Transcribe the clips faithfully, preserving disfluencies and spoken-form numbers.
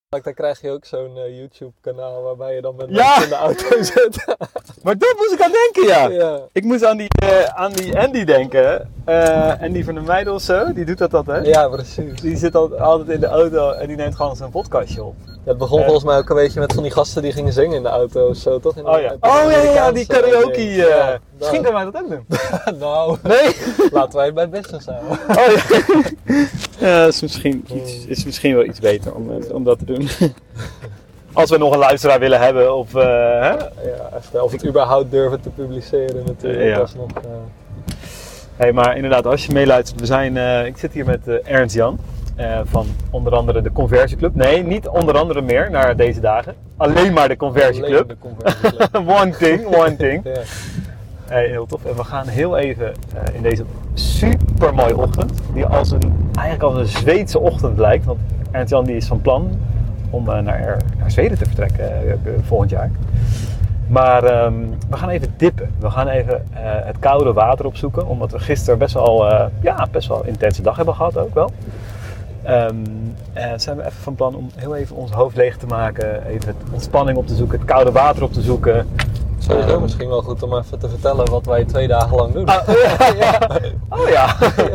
Dan krijg je ook zo'n uh, YouTube-kanaal waarbij je dan met ja. mensen in de auto zit. Maar daar moest ik aan denken, ja. ja. Ik moest aan die, uh, aan die Andy denken. Uh, Andy van der Meijden of zo, die doet dat altijd. Ja, precies. Die zit al, altijd in de auto en die neemt gewoon zijn podcastje op. Ja, het begon uh, volgens mij ook een beetje met van die gasten die gingen zingen in de auto of zo, toch? In de, oh ja, oh, ja, ja, die karaoke. Uh, ja, misschien kunnen wij dat ook doen. nou, nee. Laten wij het bij business houden. Oh ja. Ja, dat is misschien, iets, is misschien wel iets beter om, om dat te doen. Als we nog een luisteraar willen hebben of... Uh, hè? Ja, even, of het überhaupt durven te publiceren natuurlijk. Uh, ja. Dat is nog... Uh... Hey, maar inderdaad, als je meeluistert, we zijn... Uh, ik zit hier met uh, Ernst Jan. Uh, van onder andere de Conversieclub. Nee, niet onder andere meer naar deze dagen. Alleen maar de Conversieclub. Alleen de Conversieclub. one thing, one thing. ja. Hey, heel tof. En we gaan heel even uh, in deze super mooie ochtend, die als een, eigenlijk als een Zweedse ochtend lijkt. Want Ernst Jan die is van plan om uh, naar, naar Zweden te vertrekken uh, volgend jaar. Maar um, we gaan even dippen. We gaan even uh, het koude water opzoeken. Omdat we gisteren best wel, uh, ja, best wel een intense dag hebben gehad ook wel. Um, en zijn we even van plan om heel even ons hoofd leeg te maken. Even ontspanning op te zoeken. Het koude water op te zoeken. Sowieso um, misschien wel goed om even te vertellen wat wij twee dagen lang doen. Ah, oh ja. ja. Oh ja.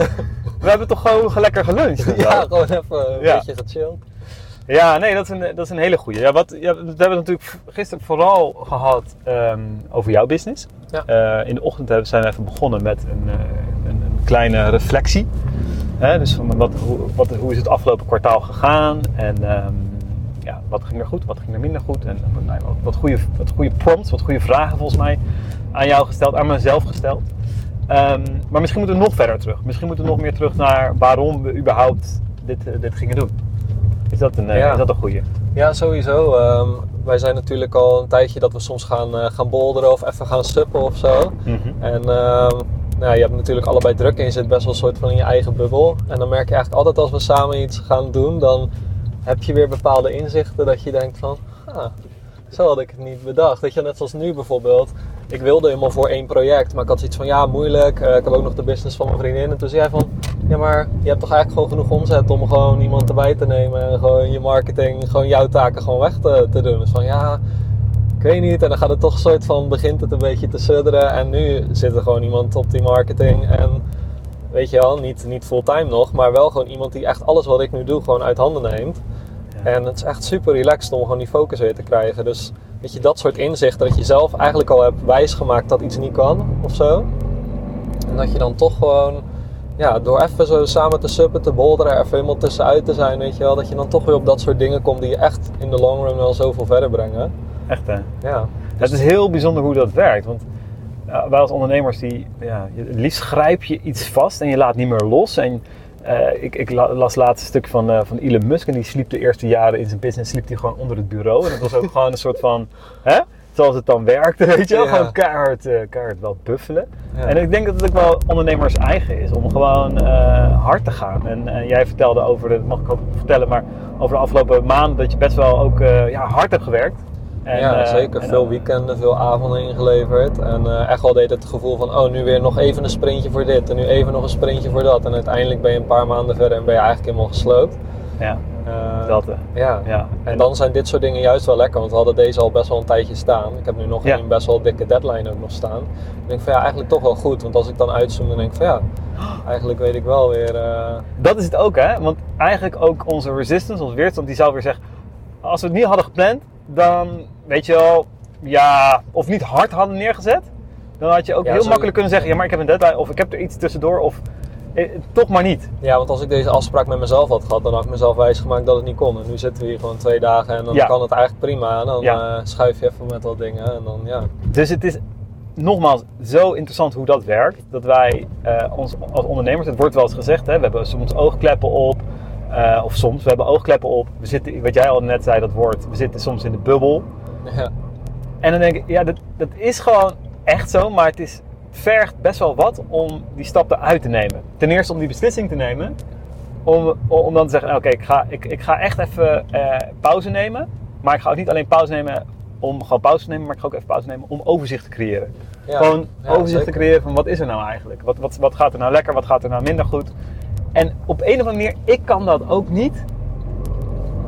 We hebben toch gewoon lekker geluncht? Ja, gewoon even een ja. beetje gechilled. Ja, nee, dat is een, dat is een hele goeie. Ja, wat, ja, we hebben het natuurlijk gisteren vooral gehad um, over jouw business. Ja. Uh, in de ochtend zijn we even begonnen met een, een, een kleine reflectie. He, dus van wat, hoe, wat, hoe is het afgelopen kwartaal gegaan en um, ja, wat ging er goed, wat ging er minder goed. En nou, wat, goede, wat goede prompts, wat goede vragen volgens mij aan jou gesteld, aan mezelf gesteld. Um, maar misschien moeten we nog verder terug. Misschien moeten we nog meer terug naar waarom we überhaupt dit, uh, dit gingen doen. Is dat een, uh, ja. is dat een goeie? Ja, sowieso. Um, wij zijn natuurlijk al een tijdje dat we soms gaan, uh, gaan bolderen of even gaan suppen of zo. Mm-hmm. En um, nou, je hebt natuurlijk allebei druk en je zit best wel een soort van in je eigen bubbel. En dan merk je eigenlijk altijd als we samen iets gaan doen, dan heb je weer bepaalde inzichten dat je denkt van, ah, zo had ik het niet bedacht. Weet je, net zoals nu bijvoorbeeld. Ik wilde helemaal voor één project, maar ik had zoiets van, ja, moeilijk. Uh, ik heb ook nog de business van mijn vriendin. En toen zei hij van, ja, maar je hebt toch eigenlijk gewoon genoeg omzet om gewoon iemand erbij te nemen. En gewoon je marketing, gewoon jouw taken gewoon weg te, te doen. Dus van, ja, ik weet niet. En dan gaat het toch een soort van, begint het een beetje te sudderen. En nu zit er gewoon iemand op die marketing. En weet je wel, niet, niet fulltime nog, maar wel gewoon iemand die echt alles wat ik nu doe gewoon uit handen neemt. Ja. En het is echt super relaxed om gewoon die focus weer te krijgen. Dus weet je, dat soort inzichten, dat je zelf eigenlijk al hebt wijsgemaakt dat iets niet kan of zo. En dat je dan toch gewoon, ja, door even zo samen te suppen, te bolderen, even helemaal tussenuit te zijn, weet je wel, dat je dan toch weer op dat soort dingen komt die je echt in de long run wel zoveel verder brengen. Echt hè? Ja. Dus het is heel bijzonder hoe dat werkt, want uh, wij als ondernemers, die, ja, het liefst grijp je iets vast en je laat niet meer los. En uh, ik, ik las laatst een stuk van, uh, van Elon Musk en die sliep de eerste jaren in zijn business sliep hij gewoon onder het bureau. En dat was ook gewoon een soort van, hè? Zoals het dan werkte, weet je wel, ja. Gewoon keihard, uh, keihard wel buffelen. Ja. En ik denk dat het ook wel ondernemers eigen is, om gewoon uh, hard te gaan. En uh, jij vertelde over, dat mag ik ook vertellen, maar over de afgelopen maanden dat je best wel ook uh, ja, hard hebt gewerkt. En, ja, uh, zeker. En, veel weekenden, veel avonden ingeleverd. En uh, echt wel deed het gevoel van, oh, nu weer nog even een sprintje voor dit. En nu even nog een sprintje voor dat. En uiteindelijk ben je een paar maanden verder en ben je eigenlijk helemaal gesloopt. Ja, uh, dat uh. ja. ja. En dan zijn dit soort dingen juist wel lekker. Want we hadden deze al best wel een tijdje staan. Ik heb nu nog ja. een best wel dikke deadline ook nog staan. Ik denk van ja, eigenlijk toch wel goed. Want als ik dan uitzoom, dan denk ik van ja, eigenlijk weet ik wel weer... Uh... Dat is het ook, hè. Want eigenlijk ook onze resistance, onze weerstand, die zou weer zeggen, als we het niet hadden gepland, dan, weet je wel, ja, of niet hard hadden neergezet, dan had je ook ja, heel makkelijk kunnen zeggen, ja, maar ik heb een deadline, of ik heb er iets tussendoor, of eh, toch maar niet. Ja, want als ik deze afspraak met mezelf had gehad, dan had ik mezelf wijsgemaakt dat het niet kon. En nu zitten we hier gewoon twee dagen en dan ja. kan het eigenlijk prima. En dan ja. uh, schuif je even met wat dingen en dan, ja. Dus het is nogmaals zo interessant hoe dat werkt, dat wij uh, ons, als ondernemers, het wordt wel eens gezegd, hè, we hebben soms oogkleppen op, Uh, of soms, we hebben oogkleppen op, we zitten, wat jij al net zei, dat woord, we zitten soms in de bubbel. Ja. En dan denk ik, ja, dat, dat is gewoon echt zo, maar het is, vergt best wel wat om die stap eruit te nemen. Ten eerste om die beslissing te nemen, om, om dan te zeggen, oké, okay, ik, ga, ik, ik ga echt even uh, pauze nemen, maar ik ga ook niet alleen pauze nemen om gewoon pauze te nemen, maar ik ga ook even pauze nemen om overzicht te creëren. Ja, gewoon ja, overzicht zeker. te creëren van wat is er nou eigenlijk? Wat, wat, wat gaat er nou lekker, wat gaat er nou minder goed? En op een of andere manier, ik kan dat ook niet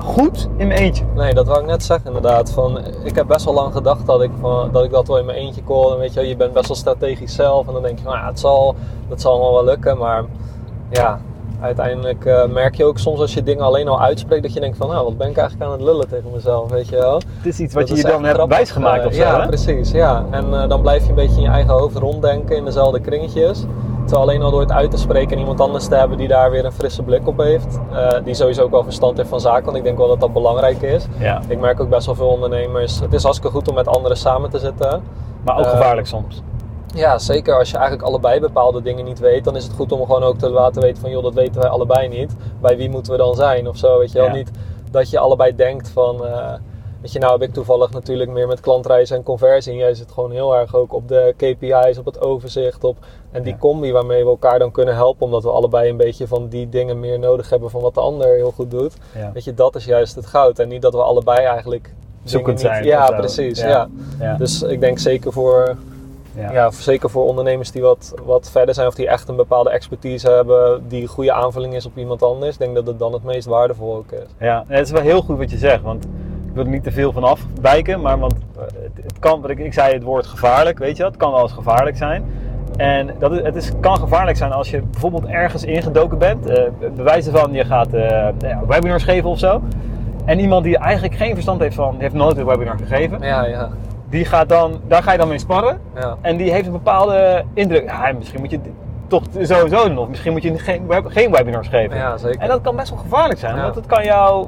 goed in mijn eentje. Nee, dat wou ik net zeggen inderdaad. Van, ik heb best wel lang gedacht dat ik, van, dat ik dat wel in mijn eentje kon. En weet je, je bent best wel strategisch zelf. En dan denk je, nou ja, het zal, dat zal allemaal wel lukken. Maar ja, uiteindelijk uh, merk je ook soms als je dingen alleen al uitspreekt. Dat je denkt van, nou, wat ben ik eigenlijk aan het lullen tegen mezelf, weet je wel. Het is iets wat dat je je dan hebt wijsgemaakt uh, of zo, Ja, hè? precies, ja. En uh, dan blijf je een beetje in je eigen hoofd ronddenken in dezelfde kringetjes. Terwijl alleen al door het uit te spreken en iemand anders te hebben die daar weer een frisse blik op heeft. Uh, die sowieso ook wel verstand heeft van zaken, want ik denk wel dat dat belangrijk is. Ja. Ik merk ook best wel veel ondernemers. Het is hartstikke goed om met anderen samen te zitten. Maar ook uh, gevaarlijk soms. Ja, zeker. Als je eigenlijk allebei bepaalde dingen niet weet, dan is het goed om gewoon ook te laten weten van, joh, dat weten wij allebei niet. Bij wie moeten we dan zijn of zo, weet je wel. Ja. Niet dat je allebei denkt van... Uh, Weet je, nou heb ik toevallig natuurlijk meer met klantreizen en conversie. En jij zit gewoon heel erg ook op de K P I's, op het overzicht. Op, en die ja. combi waarmee we elkaar dan kunnen helpen. Omdat we allebei een beetje van die dingen meer nodig hebben van wat de ander heel goed doet. Ja. Weet je, dat is juist het goud. En niet dat we allebei eigenlijk... zoekend zijn. Niet, ja, precies. Ja. Ja. Ja. Dus ik denk zeker voor... Ja. Ja, zeker voor ondernemers die wat, wat verder zijn of die echt een bepaalde expertise hebben, die een goede aanvulling is op iemand anders. Ik denk dat het dan het meest waardevol ook is. Ja, het is wel heel goed wat je zegt, want ik wil er niet te veel van afwijken, maar want het, het kan, wat ik, ik zei het woord gevaarlijk, weet je wel, het kan wel eens gevaarlijk zijn. En dat is, het is, kan gevaarlijk zijn als je bijvoorbeeld ergens ingedoken bent, uh, bewijzen van je gaat uh, ja, webinars geven of zo. En iemand die eigenlijk geen verstand heeft van, die heeft nooit een webinar gegeven. Ja, ja. Die gaat dan, daar ga je dan mee sparren. Ja. En die heeft een bepaalde indruk. Ja, misschien moet je toch sowieso doen. Of misschien moet je geen, geen webinars geven. Ja, zeker. En dat kan best wel gevaarlijk zijn. Ja. Want het kan jou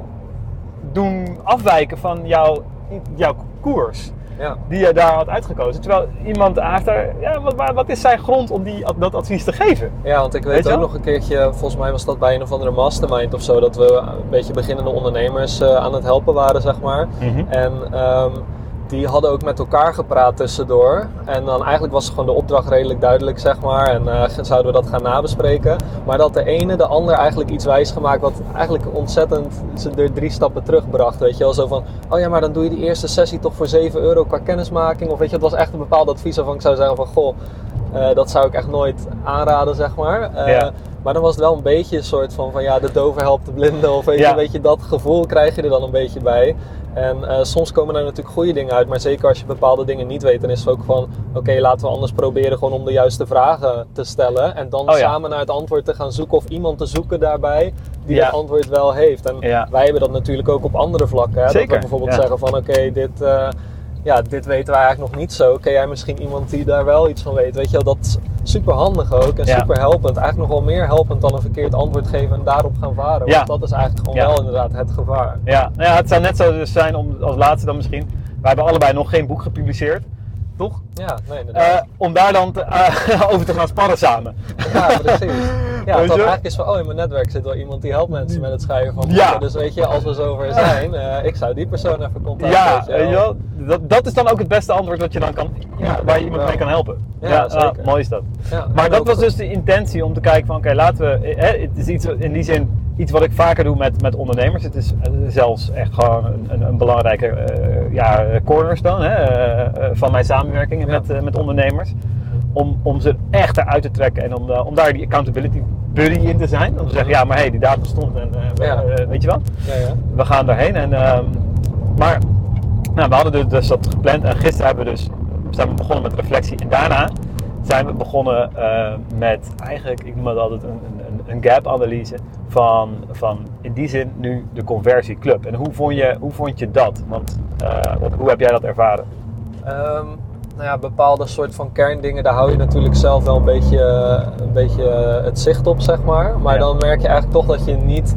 doen afwijken van jouw, jouw koers. Ja. Die je daar had uitgekozen. Terwijl iemand achter, ja, wat, wat is zijn grond om die, dat advies te geven? Ja, want ik weet, weet ook nog een keertje, volgens mij was dat bij een of andere mastermind of zo, dat we een beetje beginnende ondernemers uh, aan het helpen waren, zeg maar. Mm-hmm. En um, die hadden ook met elkaar gepraat tussendoor. En dan eigenlijk was gewoon de opdracht redelijk duidelijk, zeg maar. En uh, zouden we dat gaan nabespreken. Maar dat de ene de ander eigenlijk iets wijs gemaakt wat eigenlijk ontzettend ze er drie stappen terugbracht. Weet je wel, zo van, oh ja, maar dan doe je die eerste sessie toch voor zeven euro qua kennismaking. Of weet je, het was echt een bepaald advies waarvan ik zou zeggen van, goh, uh, dat zou ik echt nooit aanraden, zeg maar. Uh, ja. Maar dan was het wel een beetje een soort van, van ja, de dove helpt de blinde. Of weet, ja. je, weet je, dat gevoel krijg je er dan een beetje bij. En uh, soms komen er natuurlijk goede dingen uit, maar zeker als je bepaalde dingen niet weet, dan is het ook van, oké, okay, laten we anders proberen gewoon om de juiste vragen te stellen. En dan oh, ja. samen naar het antwoord te gaan zoeken of iemand te zoeken daarbij die ja. het antwoord wel heeft. En ja. wij hebben dat natuurlijk ook op andere vlakken. Hè? Zeker. Dat we bijvoorbeeld ja. zeggen van, oké, okay, dit... Uh, ja, dit weten wij eigenlijk nog niet zo. Ken jij misschien iemand die daar wel iets van weet? Weet je wel, dat is super handig ook en ja. super helpend. Eigenlijk nog wel meer helpend dan een verkeerd antwoord geven en daarop gaan varen. Ja. Want dat is eigenlijk gewoon ja. wel inderdaad het gevaar. Ja, nou ja, het zou net zo dus zijn om als laatste dan misschien. Wij hebben allebei nog geen boek gepubliceerd. Toch? Ja, nee, inderdaad. Uh, om daar dan te, uh, over te gaan sparren samen. Ja, precies. Ja, weet dat je? eigenlijk is van, oh, in mijn netwerk zit wel iemand die helpt mensen met het schrijven van ja. boeken. Dus weet je, als we zover zijn, uh, ik zou die persoon even contacten. Ja, weet je wel. Dat, dat is dan ook het beste antwoord wat je dan kan, ja, waar je iemand mee kan helpen. Ja, ja zeker. Ah, mooi is dat. Ja, maar dat was dus de intentie om te kijken van, oké, okay, laten we, hè, het is iets, in die zin iets wat ik vaker doe met, met ondernemers. Het is zelfs echt gewoon een, een, een belangrijke uh, ja, cornerstone hè, uh, van mijn samenwerkingen ja. met, uh, met ondernemers. Om, om ze echt eruit te trekken en om, uh, om daar die accountability buddy in te zijn. Om te zeggen, ja, maar hé, hey, die datum stond en uh, ja. uh, weet je wel, ja, ja. we gaan daarheen. En, uh, maar nou, we hadden dus, dus dat gepland en gisteren hebben we dus, zijn we begonnen met reflectie. En daarna zijn we begonnen uh, met eigenlijk, ik noem het altijd een, een, een gap-analyse van, van in die zin nu de conversieclub. En hoe vond je, hoe vond je dat? Want uh, hoe heb jij dat ervaren? Um, nou ja, bepaalde soort van kerndingen, daar hou je natuurlijk zelf wel een beetje, een beetje het zicht op, zeg maar. Maar ja. dan merk je eigenlijk toch dat je niet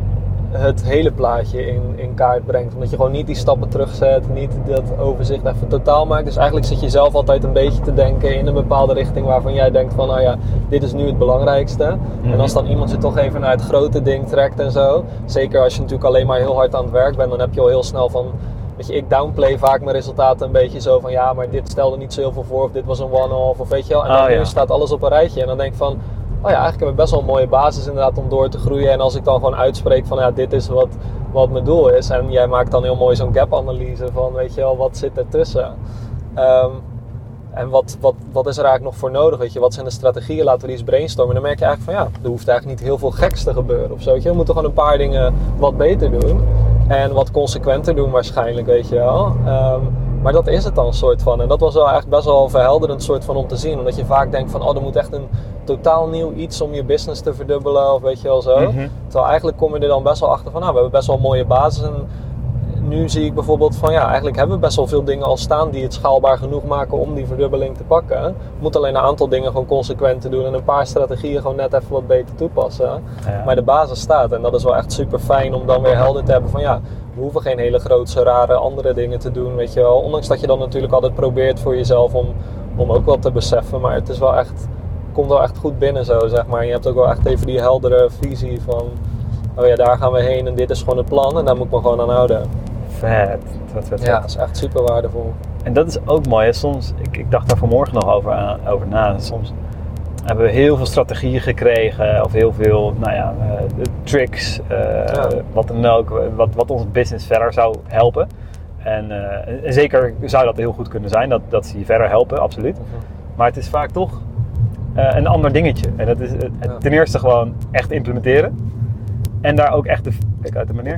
het hele plaatje in, in kaart brengt. Omdat je gewoon niet die stappen terugzet, niet dat overzicht even totaal maakt. Dus eigenlijk zit je zelf altijd een beetje te denken in een bepaalde richting waarvan jij denkt van, nou ja, dit is nu het belangrijkste. Mm-hmm. En als dan iemand je toch even naar het grote ding trekt en zo. Zeker als je natuurlijk alleen maar heel hard aan het werk bent, dan heb je al heel snel van, weet je, ik downplay vaak mijn resultaten een beetje zo van, ja, maar dit stelde niet zo heel veel voor of dit was een one-off of weet je wel. En dan oh, ja. nu staat alles op een rijtje en dan denk ik van, oh ja, eigenlijk hebben we best wel een mooie basis inderdaad om door te groeien. En als ik dan gewoon uitspreek van, ja, dit is wat, wat mijn doel is. En jij maakt dan heel mooi zo'n gap-analyse van, weet je wel, wat zit ertussen? Um, en wat, wat, wat is er eigenlijk nog voor nodig, weet je? Wat zijn de strategieën? Laten we die eens brainstormen. En dan merk je eigenlijk van, ja, er hoeft eigenlijk niet heel veel geks te gebeuren of zo. Weet je? We moeten gewoon een paar dingen wat beter doen. En wat consequenter doen waarschijnlijk, weet je wel. Um, maar dat is het dan soort van. En dat was wel eigenlijk best wel verhelderend soort van om te zien. Omdat je vaak denkt van, oh, er moet echt een totaal nieuw iets om je business te verdubbelen of weet je wel zo. Mm-hmm. Terwijl eigenlijk kom je er dan best wel achter van, nou, we hebben best wel een mooie basis. En nu zie ik bijvoorbeeld van, ja, eigenlijk hebben we best wel veel dingen al staan die het schaalbaar genoeg maken om die verdubbeling te pakken. We moeten alleen een aantal dingen gewoon consequent te doen en een paar strategieën gewoon net even wat beter toepassen. Ja. Maar de basis staat en dat is wel echt super fijn om dan weer helder te hebben van, ja, we hoeven geen hele grootse, rare andere dingen te doen, weet je wel. Ondanks dat je dan natuurlijk altijd probeert voor jezelf om, om ook wel te beseffen, maar het is wel echt, komt wel echt goed binnen zo, zeg maar. En je hebt ook wel echt even die heldere visie van, oh ja, daar gaan we heen en dit is gewoon het plan en daar moet ik me gewoon aan houden. Vet. Vet, vet, ja, dat is echt super waardevol. En dat is ook mooi. Hè? Soms, ik, ik dacht daar vanmorgen nog over, over na. Soms hebben we heel veel strategieën gekregen. Of heel veel, nou ja, uh, tricks. Uh, ja. Wat dan ook. Wat, wat ons business verder zou helpen. En, uh, en zeker zou dat heel goed kunnen zijn. Dat, dat ze je verder helpen, absoluut. Uh-huh. Maar het is vaak toch uh, een ander dingetje. En dat is uh, ja. ten eerste gewoon echt implementeren. En daar ook echt de... Kijk uit de meneer.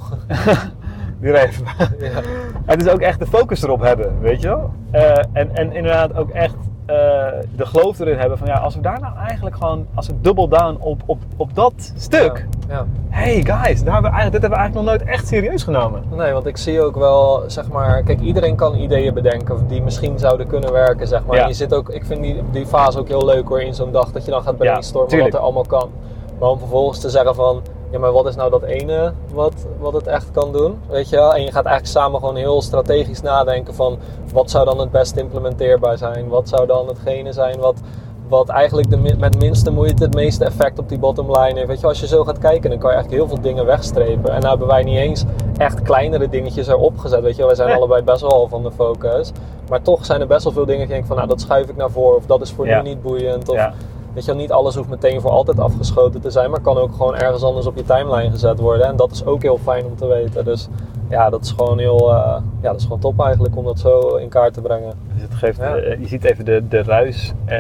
Weer even. Ja. Het is ook echt de focus erop hebben, weet je wel. Uh, en, en inderdaad ook echt uh, de geloof erin hebben van ja, als we daar nou eigenlijk gewoon, als we double down op, op, op dat stuk. Ja, ja. Hey guys, daar hebben we eigenlijk, dit hebben we eigenlijk nog nooit echt serieus genomen. Nee, want ik zie ook wel, zeg maar, kijk, iedereen kan ideeën bedenken die misschien zouden kunnen werken, zeg maar. Ja. En je zit ook, ik vind die, die fase ook heel leuk hoor, in zo'n dag dat je dan gaat brainstormen ja, wat er allemaal kan. Maar om vervolgens te zeggen van, ja, maar wat is nou dat ene wat, wat het echt kan doen, weet je wel? En je gaat eigenlijk samen gewoon heel strategisch nadenken van, wat zou dan het best implementeerbaar zijn? Wat zou dan hetgene zijn wat, wat eigenlijk de, met minste moeite het meeste effect op die bottom line heeft? Weet je, als je zo gaat kijken, dan kan je eigenlijk heel veel dingen wegstrepen. En nou hebben wij niet eens echt kleinere dingetjes erop gezet, weet je wel? Wij zijn nee. allebei best wel van de focus. Maar toch zijn er best wel veel dingen die ik denk van, nou, dat schuif ik naar voren. Of dat is voor ja. nu niet boeiend. Of, ja. Weet je, niet alles hoeft meteen voor altijd afgeschoten te zijn, maar kan ook gewoon ergens anders op je timeline gezet worden. En dat is ook heel fijn om te weten. Dus ja, dat is gewoon heel, uh, ja, dat is gewoon top eigenlijk om dat zo in kaart te brengen. Dus het geeft, ja. uh, je ziet even de, de ruis, uh,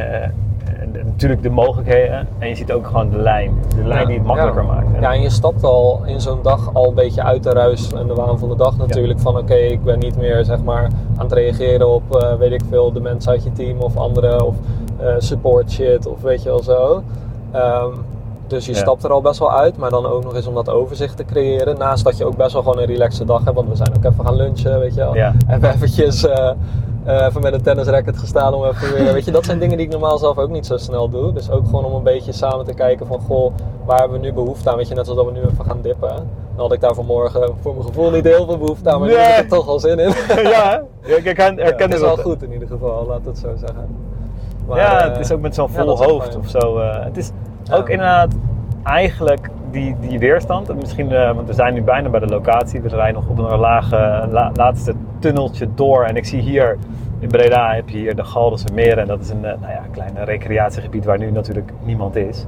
en de, natuurlijk de mogelijkheden en je ziet ook gewoon de lijn. De lijn ja. die het makkelijker ja. maakt. Hè? Ja, en je stapt al in zo'n dag al een beetje uit de ruis en de waan van de dag natuurlijk. Ja. Van oké, okay, ik ben niet meer zeg maar aan het reageren op, uh, weet ik veel, de mensen uit je team of anderen. Of, Uh, support shit of weet je wel zo. Um, dus je ja. stapt er al best wel uit, maar dan ook nog eens om dat overzicht te creëren. Naast dat je ook best wel gewoon een relaxe dag hebt, want we zijn ook even gaan lunchen, weet je wel. Ja. En we eventjes uh, uh, even met een tennisracket gestaan om even weer, weet je, dat zijn dingen die ik normaal zelf ook niet zo snel doe. Dus ook gewoon om een beetje samen te kijken van, goh, waar hebben we nu behoefte aan? Weet je, net zoals dat we nu even gaan dippen. Dan had ik daar vanmorgen voor mijn gevoel niet heel veel behoefte aan, maar nee. nu heb ik er toch al zin in. Ja, ik herken, herken ja, het is wel goed in ieder geval, laat het zo zeggen. Maar, ja, het is ook met zo'n vol ja, hoofd of zo. Uh, het is ja. ook inderdaad eigenlijk die, die weerstand. Misschien, uh, want we zijn nu bijna bij de locatie. We rijden nog op een lage la, laatste tunneltje door. En ik zie hier in Breda heb je hier de Galdense Meren. En dat is een uh, nou ja, klein recreatiegebied waar nu natuurlijk niemand is.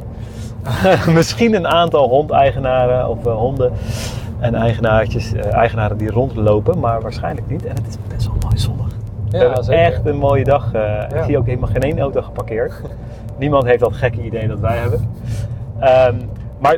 Misschien een aantal hondeigenaren of uh, honden en eigenaartjes, uh, eigenaren die rondlopen. Maar waarschijnlijk niet. En het is best wel mooi zonnig. Ja, echt een mooie dag. Uh, ja. Ik zie ook helemaal geen één auto geparkeerd. Niemand heeft dat gekke idee dat wij hebben. Um, maar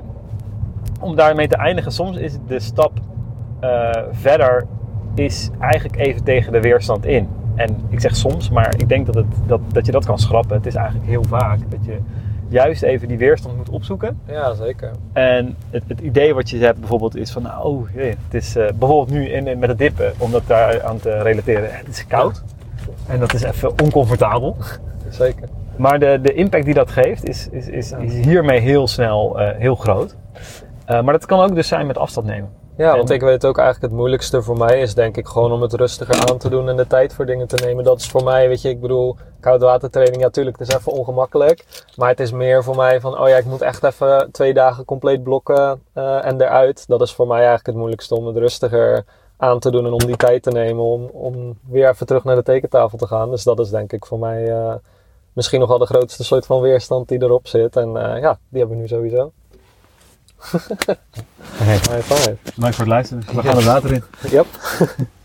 om daarmee te eindigen, soms is de stap uh, verder is eigenlijk even tegen de weerstand in. En ik zeg soms, maar ik denk dat, het, dat, dat je dat kan schrappen. Het is eigenlijk heel vaak dat je juist even die weerstand moet opzoeken. Ja, zeker. En het, het idee wat je hebt bijvoorbeeld is van, nou, oh, jee, het is uh, bijvoorbeeld nu in, in, met het dippen, om dat daar aan te relateren. Het is koud en dat is even oncomfortabel. Zeker. Maar de, de impact die dat geeft is, is, is, ja. is hiermee heel snel uh, heel groot. Uh, maar dat kan ook dus zijn met afstand nemen. Ja, en, want ik weet ook eigenlijk het moeilijkste voor mij is denk ik gewoon om het rustiger aan te doen en de tijd voor dingen te nemen. Dat is voor mij, weet je, ik bedoel, koudwatertraining, ja tuurlijk, het is even ongemakkelijk. Maar het is meer voor mij van, oh ja, ik moet echt even twee dagen compleet blokken uh, en eruit. Dat is voor mij eigenlijk het moeilijkste om het rustiger aan te doen en om die tijd te nemen om, om weer even terug naar de tekentafel te gaan. Dus dat is denk ik voor mij uh, misschien nog wel de grootste soort van weerstand die erop zit. En uh, ja, die hebben we nu sowieso. Hey. Bedankt voor het luisteren. We gaan er water in. Yep.